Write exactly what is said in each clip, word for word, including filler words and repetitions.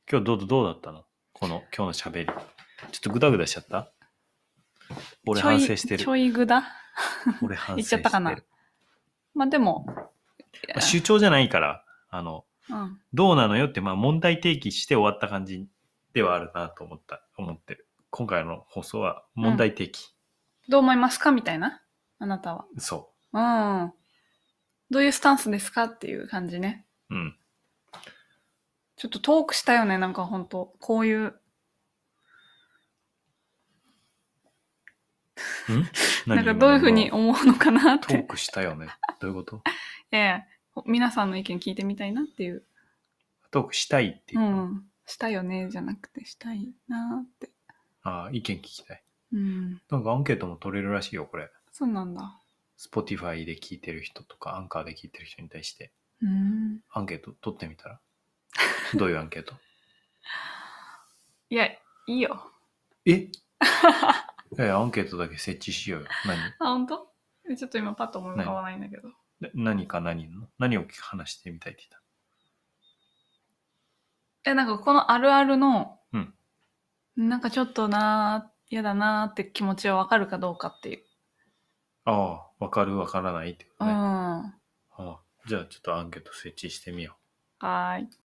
今日どうどうだったの？この今日の喋り。ちょっとグダグダしちゃった？俺反省してる。 ちょいグダ俺反省してる。 言っちゃったかな。まあでも、 まあ、主張じゃないから、あの、うん、どうなのよってまあ問題提起して終わった感じではあるなと思った思ってる。今回の放送は問題提起。 うん、どう思いますかみたいな。あなたは。 そう。 うん。どういうスタンスですかっていう感じね。 うん。 ちょっとトークしたよね、なんかほんと。こういう。 んなんかどういうふうに思うのかなって。 トークしたよね。どういうこと？ いやいや、皆さんの意見聞いてみたいなっていう。 トークしたいっていう。 うん。したよね、じゃなくてしたいなって。 ああ、意見聞きたい。 うん。 なんかアンケートも取れるらしいよ、これ。 そうなんだ。 Spotify で聞いてる人とか、アンカーで聞いてる人に対して。 うん。 アンケート取ってみたら？どういうアンケート？ いや、いいよ。 ええ、アンケートだけ設置しようよ。何？ あ、本当？ちょっと今パッと思い浮かばないんだけど。 何か何の何を話してみたいって言った？ え、なんかこのあるあるの、 うん。 なんかちょっとなー、嫌だなーって気持ちはわかるかどうかっていう。 ああ、わかるわからないってことね。うん。 ああ、じゃあちょっとアンケート設置してみよう。はーい。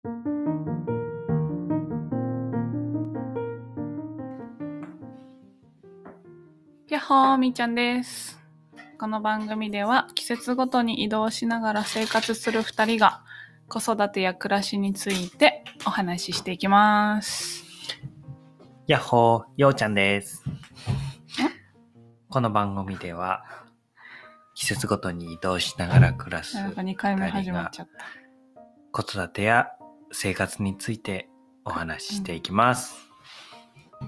やっほー、みーちゃんです。この番組では季節ごとに移動しながら生活するふたりが子育てや暮らしについてお話ししていきます。 やっほー、ようちゃんです。この番組では季節ごとに移動しながら暮らすなんかにかいめ始まっちゃった。 子育てや生活についてお話ししていきます。うん、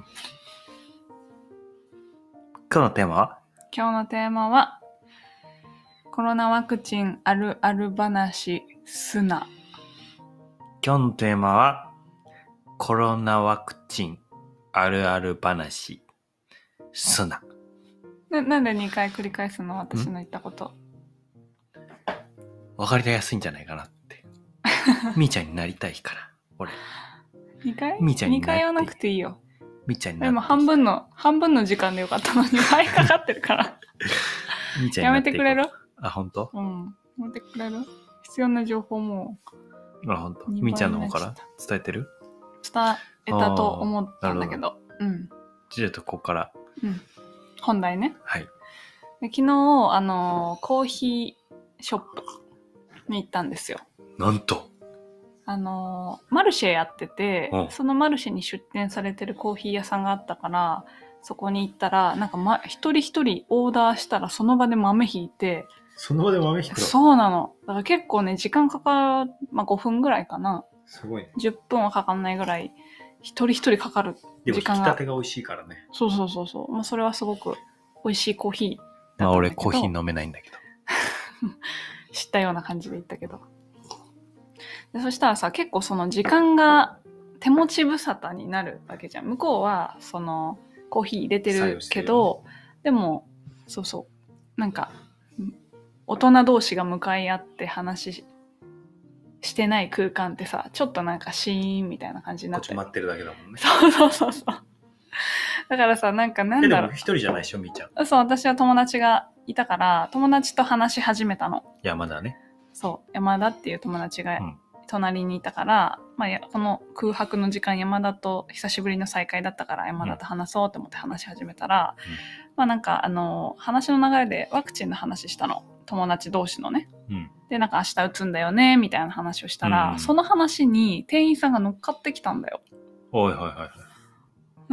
今日のテーマは？ 今日のテーマはコロナワクチンあるある話すな。 今日のテーマはコロナワクチンあるある話すな。 な, なんでにかい繰り返すの？私の言ったこと。 わかりやすいんじゃないかなって。みーちゃんになりたいから、俺。 にかい？ みーちゃんににかい言わなくていいよ。 みーちゃんになって。 でも半分の、半分の時間でよかったのに倍かかってるから。 みーちゃんにやなっていこう。 めてくれる？ あ、ほんと？ うん。やめてくれる？必要な情報も。 あ、ほんと。みーちゃんの方から伝えてる？ 伝えたと思ったんだけど。うん。 じゃあ、ここから。 うん。本題ね。 はい。 で昨日、あの、コーヒーショップに行ったんですよ。 なんと。 あの、マルシェやってて、 うん、 そのマルシェに出店されてるコーヒー屋さんがあったから、そこに行ったら、なんか、ま、一人一人オーダーしたらその場で豆ひいて、 その場で豆ひくの？ そうなの。だから結構ね、時間かかる、まあ、ごふんぐらいかな。 すごいね。 じゅっぷんはかかんないぐらい、一人一人かかる時間が。でも、引き立てが美味しいからね。 そうそうそうそう。まあ、それはすごく美味しいコーヒーだったんだけど。 まあ、俺コーヒー飲めないんだけど。 知ったような感じで言ったけど。でそしたらさ、結構その時間が手持ち無沙汰になるわけじゃん。向こうはそのコーヒー入れてるけど、でもそうそうなんか大人同士が向かい合って話 し, してない空間ってさ、ちょっとなんかシーンみたいな感じになって。こっち待ってるだけだもんね。 そうそうそうそう。だからさ、なんかなんだろう。 でも一人じゃないでしょ、みーちゃん。 そう、私は友達がいたから友達と話し始めたの。 山田ね。 そう、山田っていう友達が。うん隣にいたから、まあ、この空白の時間山田と久しぶりの再会だったから山田と話そうと思って話し始めたら、うん、まあなんかあの話の流れでワクチンの話したの、友達同士のね、うん、でなんか明日打つんだよねみたいな話をしたら、うん、その話に店員さんが乗っかってきたんだよ。 おいはいはいはい。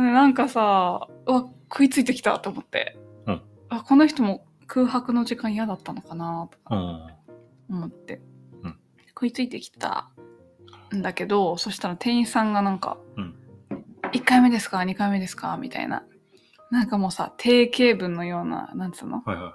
なんかさ、うわ食いついてきたと思って、うん、あこの人も空白の時間嫌だったのかなとか思って、うん、食いついてきたんだけど、そしたら店員さんがなんか、うん、いっかいめですかにかいめですかみたいな、なんかもうさ定型文のような、なんつうの、はいはい、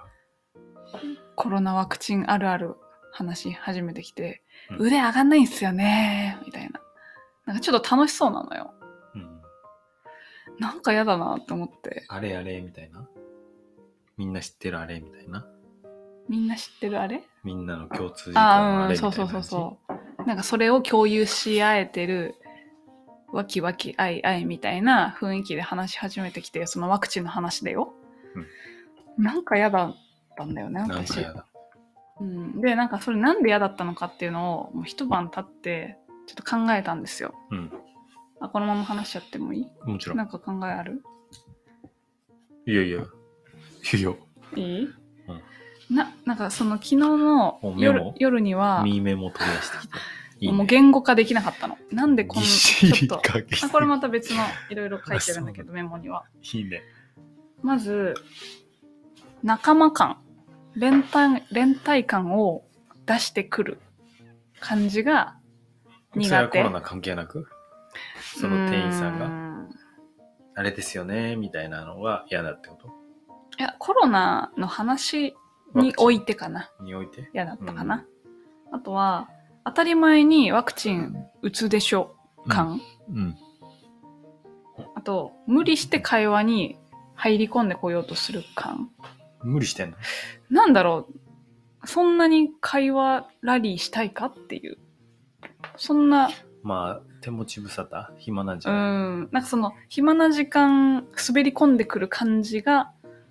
コロナワクチンあるある話し始めてきて、うん、腕上がんないんすよねみたいな、なんかちょっと楽しそうなのよ、うん、なんかやだなって思って、 あれあれみたいな、みんな知ってるあれみたいな、 みんな知ってるあれ、 みんなの共通時間のあれみたいな、 あ、うん、そうそうそうそう、なんかそれを共有し合えてるわきわきあいあいみたいな雰囲気で話し始めてきて、そのワクチンの話でよ。うん、なんか嫌だったんだよね、私。なんか嫌だ。うん、で、なんかそれなんで嫌だったのかっていうのをもう一晩経ってちょっと考えたんですよ。うん、あ、このまま話しちゃってもいい？もちろん。なんか考えある？ いやいや。いいよ。 いい？うん、な、なんかその昨日の 夜, 夜にはミーメモ取り出してきて。 いいね、もう言語化できなかったの。なんでこんなちょっとあこれまた別のいろいろ書いてるんだけどメモには。 いいね。 まず仲間感、連帯連帯感を出してくる感じが苦手。 それはコロナ関係なく、その店員さんがあれですよねみたいなのは嫌だってこと？ いやコロナの話においてかな。 において嫌だったかな。あとは当たり前にワクチン打つでしょ感、うんうん、あと無理して会話に入り込んでこようとする感。 無理してんの？ なんだろう、そんなに会話ラリーしたいかっていう、そんなまあ手持ち無沙汰暇なんじゃない？ うん、なんかその暇な時間滑り込んでくる感じが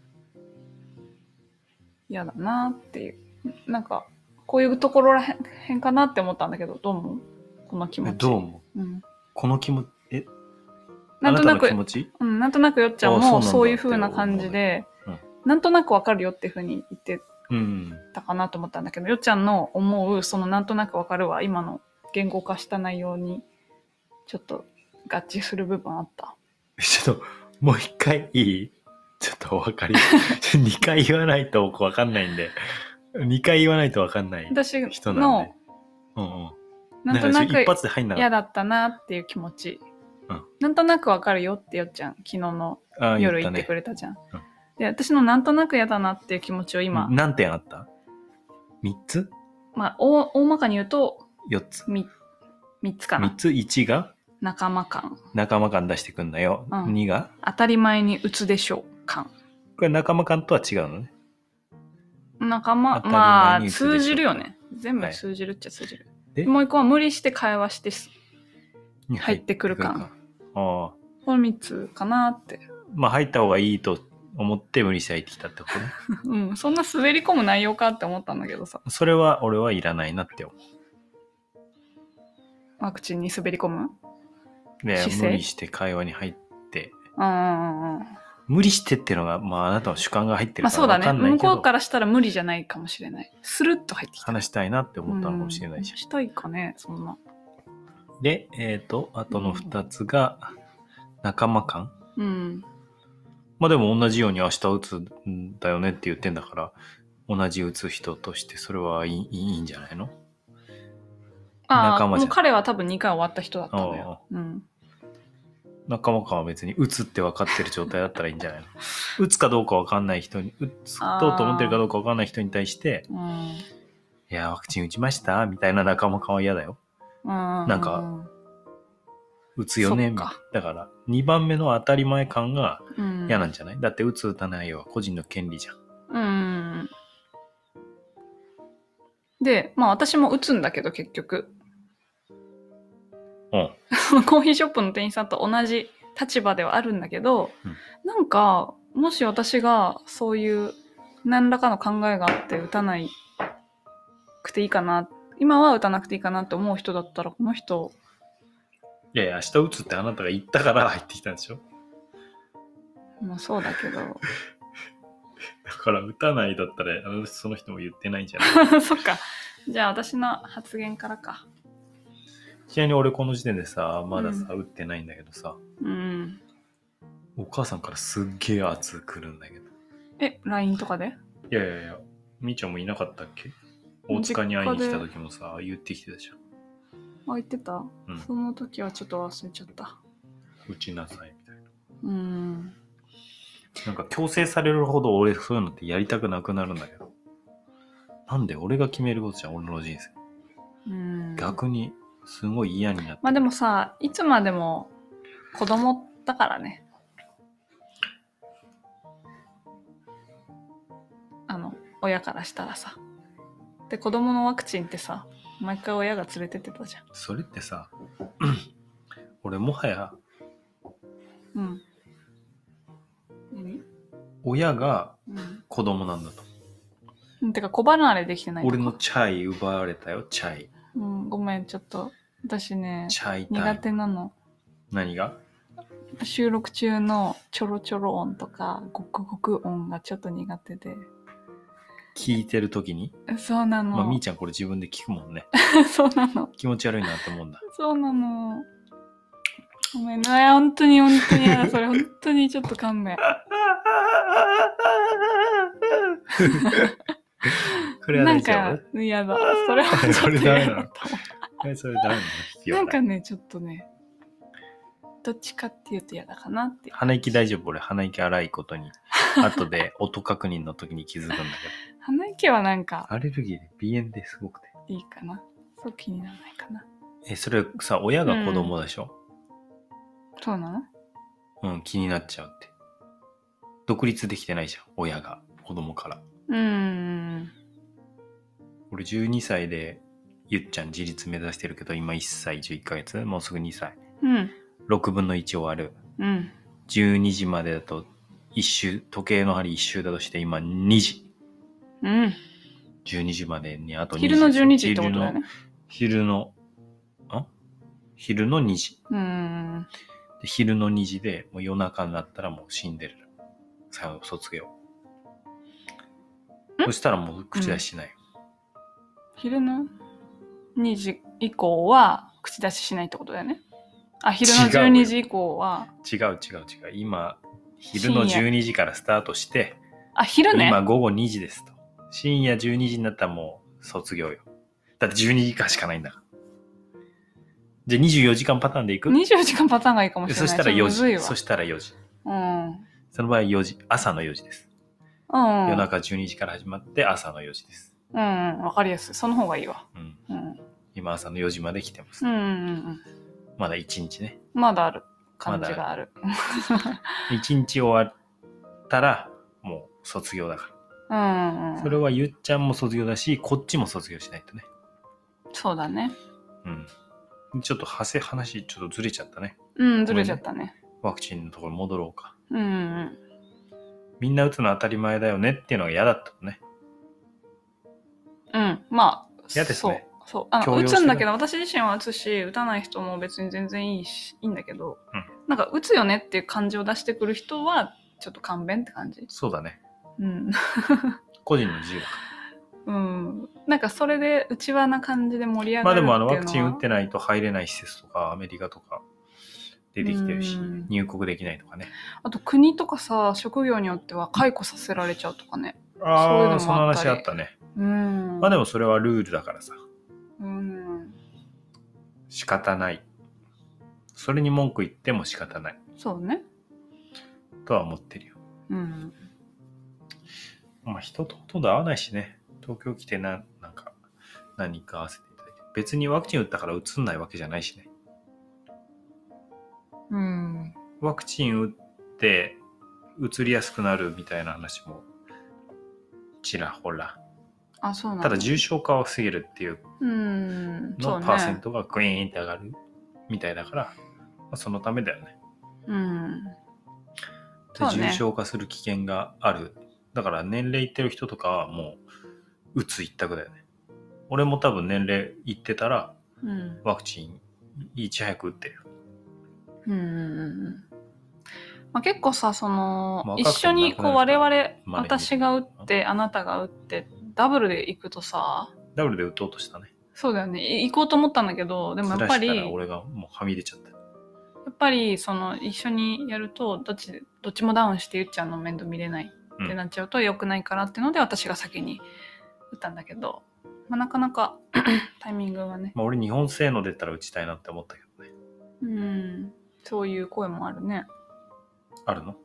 嫌だなっていう、なんかこういうところらへんかなって思ったんだけど、どう思う？この気持ち。 どう思う？うん、この気持ち、え、 なんとなく、 あなたの気持ち？ うん、なんとなくよっちゃんもそういう風な感じで、うん、なんとなくわかるよっていう風に言ってたかなと思ったんだけど、よっちゃんの思うそのなんとなくわかるは今の言語化した内容にちょっと合致する部分あった？ ちょっともう一回いい？ちょっとわかりにかい言わないとわかんないんで。にかい言わないと分かんない人なんで。私の、うんうん、 なんとなく嫌だったなっていう気持ち。うん、なんとなく分かるよってよっちゃん、昨日の夜言ってくれたじゃん。ね、うん、で、私のなんとなく嫌だなっていう気持ちを今。 何点あった？ みっ つ？ まあ大、大まかに言うと、 よっつ。 みっつかな。 みっつ、いちが仲間感。 仲間感出してくんだよ。うん、にが当たり前に打つでしょう感。これ仲間感とは違うのね。 仲間、まあ、通じるよね。全部通じるっちゃ通じる。はい、もう一個は無理して会話して入ってくる感。ああ。このみっつかなって。 まあ、入った方がいいと思って無理して入ってきたってことね。 うん、そんな滑り込む内容かって思ったんだけどさ。 それは俺はいらないなって思う。 ワクチンに滑り込む？ ね、無理して会話に入って。 うんうんうん。 無理してっていうのが、まああなたの主観が入ってるから分かんないけど、まあそうだね。向こうからしたら無理じゃないかもしれない。スルッと入ってきた。 話したいなって思ったのかもしれないし。 したいかね、そんな。 で、えっ、ー、と、あとのふたつが仲間感。うん。まあでも同じように明日打つんだよねって言ってんだから、同じ打つ人としてそれはいい、いいんじゃないの？ ああ、仲間じゃん。もう彼は多分にかい終わった人だったのよ。うん。 仲間感は別に打つって分かってる状態だったらいいんじゃないの？打つかどうか分かんない人に、打つと思ってるかどうか分かんない人に対して、うん、いや、ワクチン打ちましたみたいな仲間感は嫌だよ。うん、なんか、打つよねみたいな。だから、にばんめの当たり前感が嫌なんじゃない？うん、だって打つ打たないは個人の権利じゃん。うん。 で、まあ私も打つんだけど結局。 うん、 コーヒーショップの店員さんと同じ立場ではあるんだけど、うん、なんかもし私がそういう何らかの考えがあって打たないくていいかな、今は打たなくていいかなって思う人だったら、この人、 いやいや、明日打つってあなたが言ったから入ってきたんでしょ。 まあそうだけどだから打たないだったらその人も言ってないんじゃない？ そっか。じゃあ私の発言からか。 ちなみに俺この時点でさ、まださ、うん、打ってないんだけどさ、うん、お母さんからすっげえ圧来るんだけど。 え、ライン とかで？ いやいやいや、みーちゃんもいなかったっけ？大塚に会いに来た時もさ、言ってきてたじゃん。 あ、言ってた？うん、その時はちょっと忘れちゃった。 打ちなさいみたいな。うん。なんか強制されるほど俺そういうのってやりたくなくなるんだけど。なんで俺が決めることじゃん、俺の人生。うん。逆に。すごい嫌になって。 まあでもさ、いつまでも子供だからね。あの、親からしたらさ。で、子供のワクチンってさ、毎回親が連れてってたじゃん。 それってさ、俺俺もはや、 うん。何？ 親が子供なんだと。 うん、てか小離れできてないとか。 俺のチャイ奪われたよ、チャイ。 うん、ごめん、ちょっと、私ね、 チャイタイム苦手なの。 何が？ 収録中のちょろちょろ音とか、ごくごく音がちょっと苦手で。 聞いてるときに？ そうなの。 まあ、みーちゃんこれ自分で聞くもんね。 そうなの。 気持ち悪いなって思うんだ。 そうなの。ごめんね、本当に本当に嫌だ。それ本当にちょっと勘弁。 これは大丈夫？ なんか嫌だ。それはちょっと嫌だった。 え、それダメなの？ なんかね、ちょっとね、どっちかっていうと嫌だかなって。 鼻息大丈夫？俺鼻息荒いことに後で音確認の時に気づくんだけど。 鼻息はなんかアレルギーで鼻炎ですごくていいかな。そう気にならないかな。 え、それさ、親が子供でしょ？ うん、そうなの？ うん、気になっちゃうって。独立できてないじゃん、親が子供から。 うーん。 俺じゅうにさいでゆっちゃん自立目指してるけど、今いっさいじゅういっかげつ、もうすぐにさい。 うん。 ろくぶんのいち終わる。 うん。 じゅうにじまでだと一周、時計の針一周だとして今にじ。 うん。 じゅうにじまでにあとにじ。 昼のじゅうにじってことだよね。 昼の、ん昼のにじ。 うーん。 で昼のにじでもう夜中になったらもう死んでる。最後卒業。そしたらもう口出ししない、うん、 昼のにじ以降は口出ししないってことだよね。あ、昼のじゅうにじ以降は。 違う違う違う。今、昼のじゅうにじからスタートして、 あ、昼ね。 今午後にじですと。深夜じゅうにじになったらもう卒業よ。だってじゅうにじかんしかないんだから。じゃあにじゅうよじかんパターンでいく？ にじゅうよじかんパターンがいいかもしれない。 そしたらよじ。そしたらよじ。 うん。 その場合よじ。朝のよじです。うん。夜中じゅうにじから始まって朝のよじです。 うん、わかりやすい。その方がいいわ。 うん。うん、今朝のよじまで来てます。 うんうんうん。 まだいちにちね。 まだある感じがある。 いちにち終わったらもう卒業だから。うんうん。それはゆっちゃんも卒業だし、こっちも卒業しないとね。 そうだね。 うん。ちょっと派生話ちょっとずれちゃったね。 うん、ずれちゃったね。 ワクチンのところ戻ろうか。 うんうん。 みんな打つの当たり前だよねっていうのが嫌だったのね。 うん、まあ。 嫌ですね。 そう。そうあの打つんだけど、私自身は打つし、打たない人も別に全然いいし、いいんだけど、うん、なんか打つよねっていう感じを出してくる人は、ちょっと勘弁って感じ。 そうだね。 うん。 個人の自由だから。 うん。なんかそれで内輪な感じで盛り上がるっていうのは。 まあでもあのワクチン打ってないと入れない施設とかアメリカとか出てきてるし、入国できないとかね。 あと国とかさ、職業によっては解雇させられちゃうとかね。 ああ、そういうのもあったり。その話あったね。 うん。 まあでもそれはルールだからさ。 うん。 仕方ない。それに文句言っても仕方ない。 そうね。 とは思ってるよ。うん。まあ人とほとんど会わないしね。東京来てな、なんか何人か会わせていただいて。別にワクチン打ったから移んないわけじゃないしね。うん。ワクチン打って移りやすくなるみたいな話もちらほら。 あ、そうなんだ。 ただ重症化を防げるっていうのパーセントがグイーンって上がるみたいだから、まあ、そのためだよね。うん。で、重症化する危険がある。だから年齢いってる人とかはもう打つ一択だよね。俺も多分年齢いってたら、うん、ワクチンいち早く打ってる。うん。 まあ、結構さ、その、まあ、一緒にこう我々、私が打ってあなたが打ってダブルで行くとさ、 ダブルで打とうとしたね。 そうだよね。行こうと思ったんだけど、でもやっぱり、 俺がもうはみ出ちゃった。 やっぱりその一緒にやるとどっちどっちもダウンしてゆっちゃんの面倒見れないってなっちゃうと良くないからっていうので、私が先に打ったんだけど、まあ、なかなかタイミングがね。 まあ俺日本製の出たら打ちたいなって思ったけどね。 うん、そういう声もあるね。 あるの？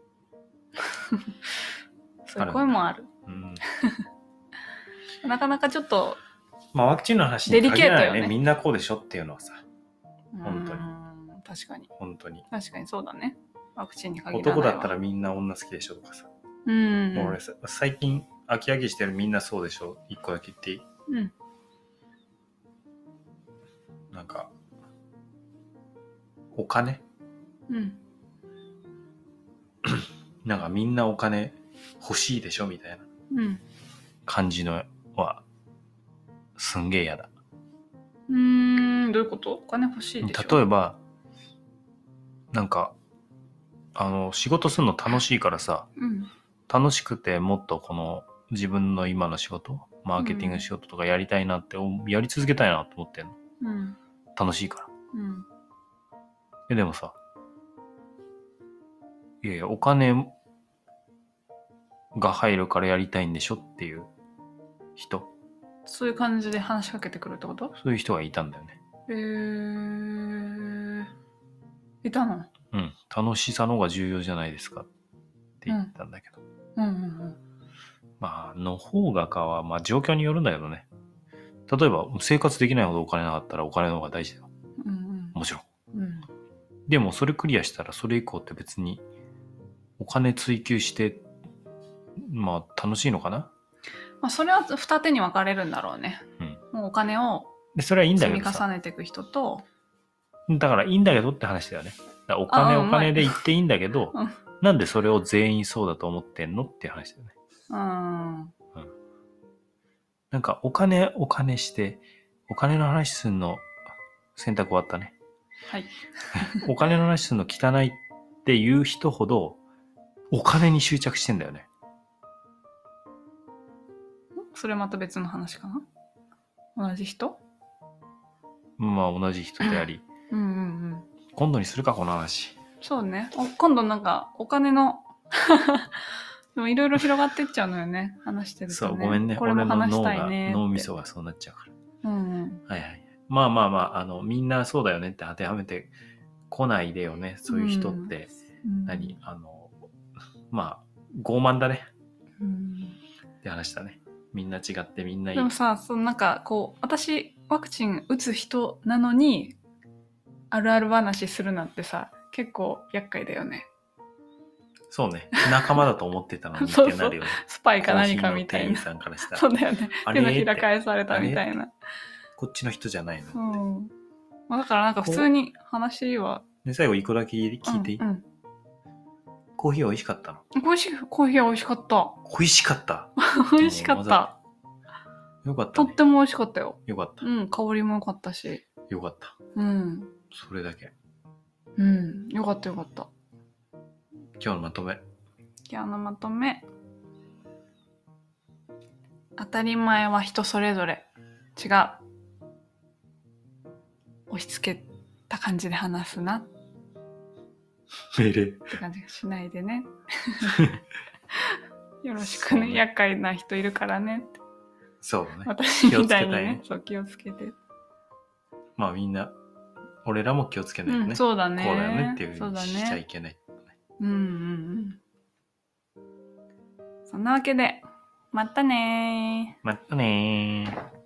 そういう声もある。うん、なかなかちょっとまあワクチンの話に限らないね。みんなこうでしょっていうのはさ、本当に。 確かに。 本当に。 確かにそうだね。ワクチンに限らないわ。 男だったらみんな女好きでしょとかさ。うん。もう俺さ最近飽き飽きしてるみんなそうでしょ。一個だけ言っていい？うん。なんかお金うんなんかみんなお金欲しいでしょみたいな感じのはすんげえ嫌だ。 うーんどういうこと？お金欲しいでしょ。 例えばなんかあの仕事するの楽しいからさ、 うん、 楽しくてもっとこの自分の今の仕事マーケティング仕事とかやりたいなって、うん、やり続けたいなと思ってんの、うん、楽しいから、うん、えでもさいやいやお金が入るからやりたいんでしょっていう人、 そういう感じで話しかけてくるってこと？ そういう人がいたんだよね。 へえー、いたの？ うん、楽しさの方が重要じゃないですかって言ったんだけど、うん、うんうんうんまあの方がかはまあ状況によるんだけどね。例えば生活できないほどお金なかったらお金の方が大事だよ、うんうん、もちろん、うん、でもそれクリアしたらそれ以降って別にお金追求してまあ楽しいのかな。 まあそれは二手に分かれるんだろうね、うん、もうお金を積み重ねていく人と、 だからいいんだけどって話だよね。だからお金お金で言っていいんだけど、うん、なんでそれを全員そうだと思ってんのっていう話だよね。うん、うん、なんかお金お金してお金の話すんの選択終わったね。はい。お金の話すんの汚いっていう人ほどお金に執着してんだよね。それまた別の話かな。同じ人？まあ同じ人であり。うんうんうん。今度にするかこの話。そうね。今度なんかお金のでもいろいろ広がってっちゃうのよね。話してるとね。そうごめんね。これも話したいね。俺の脳が脳みそがそうなっちゃうから。うんうん。はいはい。まあまあまああのみんなそうだよねって当てはめてこないでよね。そういう人って、うん、何あのまあ傲慢だね。うん。って話だね。みんな違ってみんないい。でもさ、そのなんかこう私ワクチン打つ人なのにあるある話するなんてさ結構厄介だよね。そうね。仲間だと思ってたのにってなるよね。そうそうスパイか何かみたいな。コーヒーの店員さんからしたら。そうだよね。手のひら返されたみたいな。こっちの人じゃないの。うん。まあ、だからなんか普通に話は。で最後一個だけ聞いていい？うんうん、コーヒー美味しかったの？コーヒー、コーヒー美味しかった。美味しかった。美味しかった。よかった、ね。とっても美味しかったよ。よかった。うん、香りも良かったし。よかった。うん。それだけ。うん、よかったよかった。今日のまとめ。今日のまとめ。当たり前は人それぞれ違う。押し付けた感じで話すな。命令。って感じがしないでね。よろしくね。厄介な人いるからね。そうだね。私みたいにね。そう、気をつけて。まあみんな、俺らも気をつけないとね。うん、そうだね。こうだよねっていうふうにしちゃいけない。うんうんうん。そんなわけで、またねー。またねー。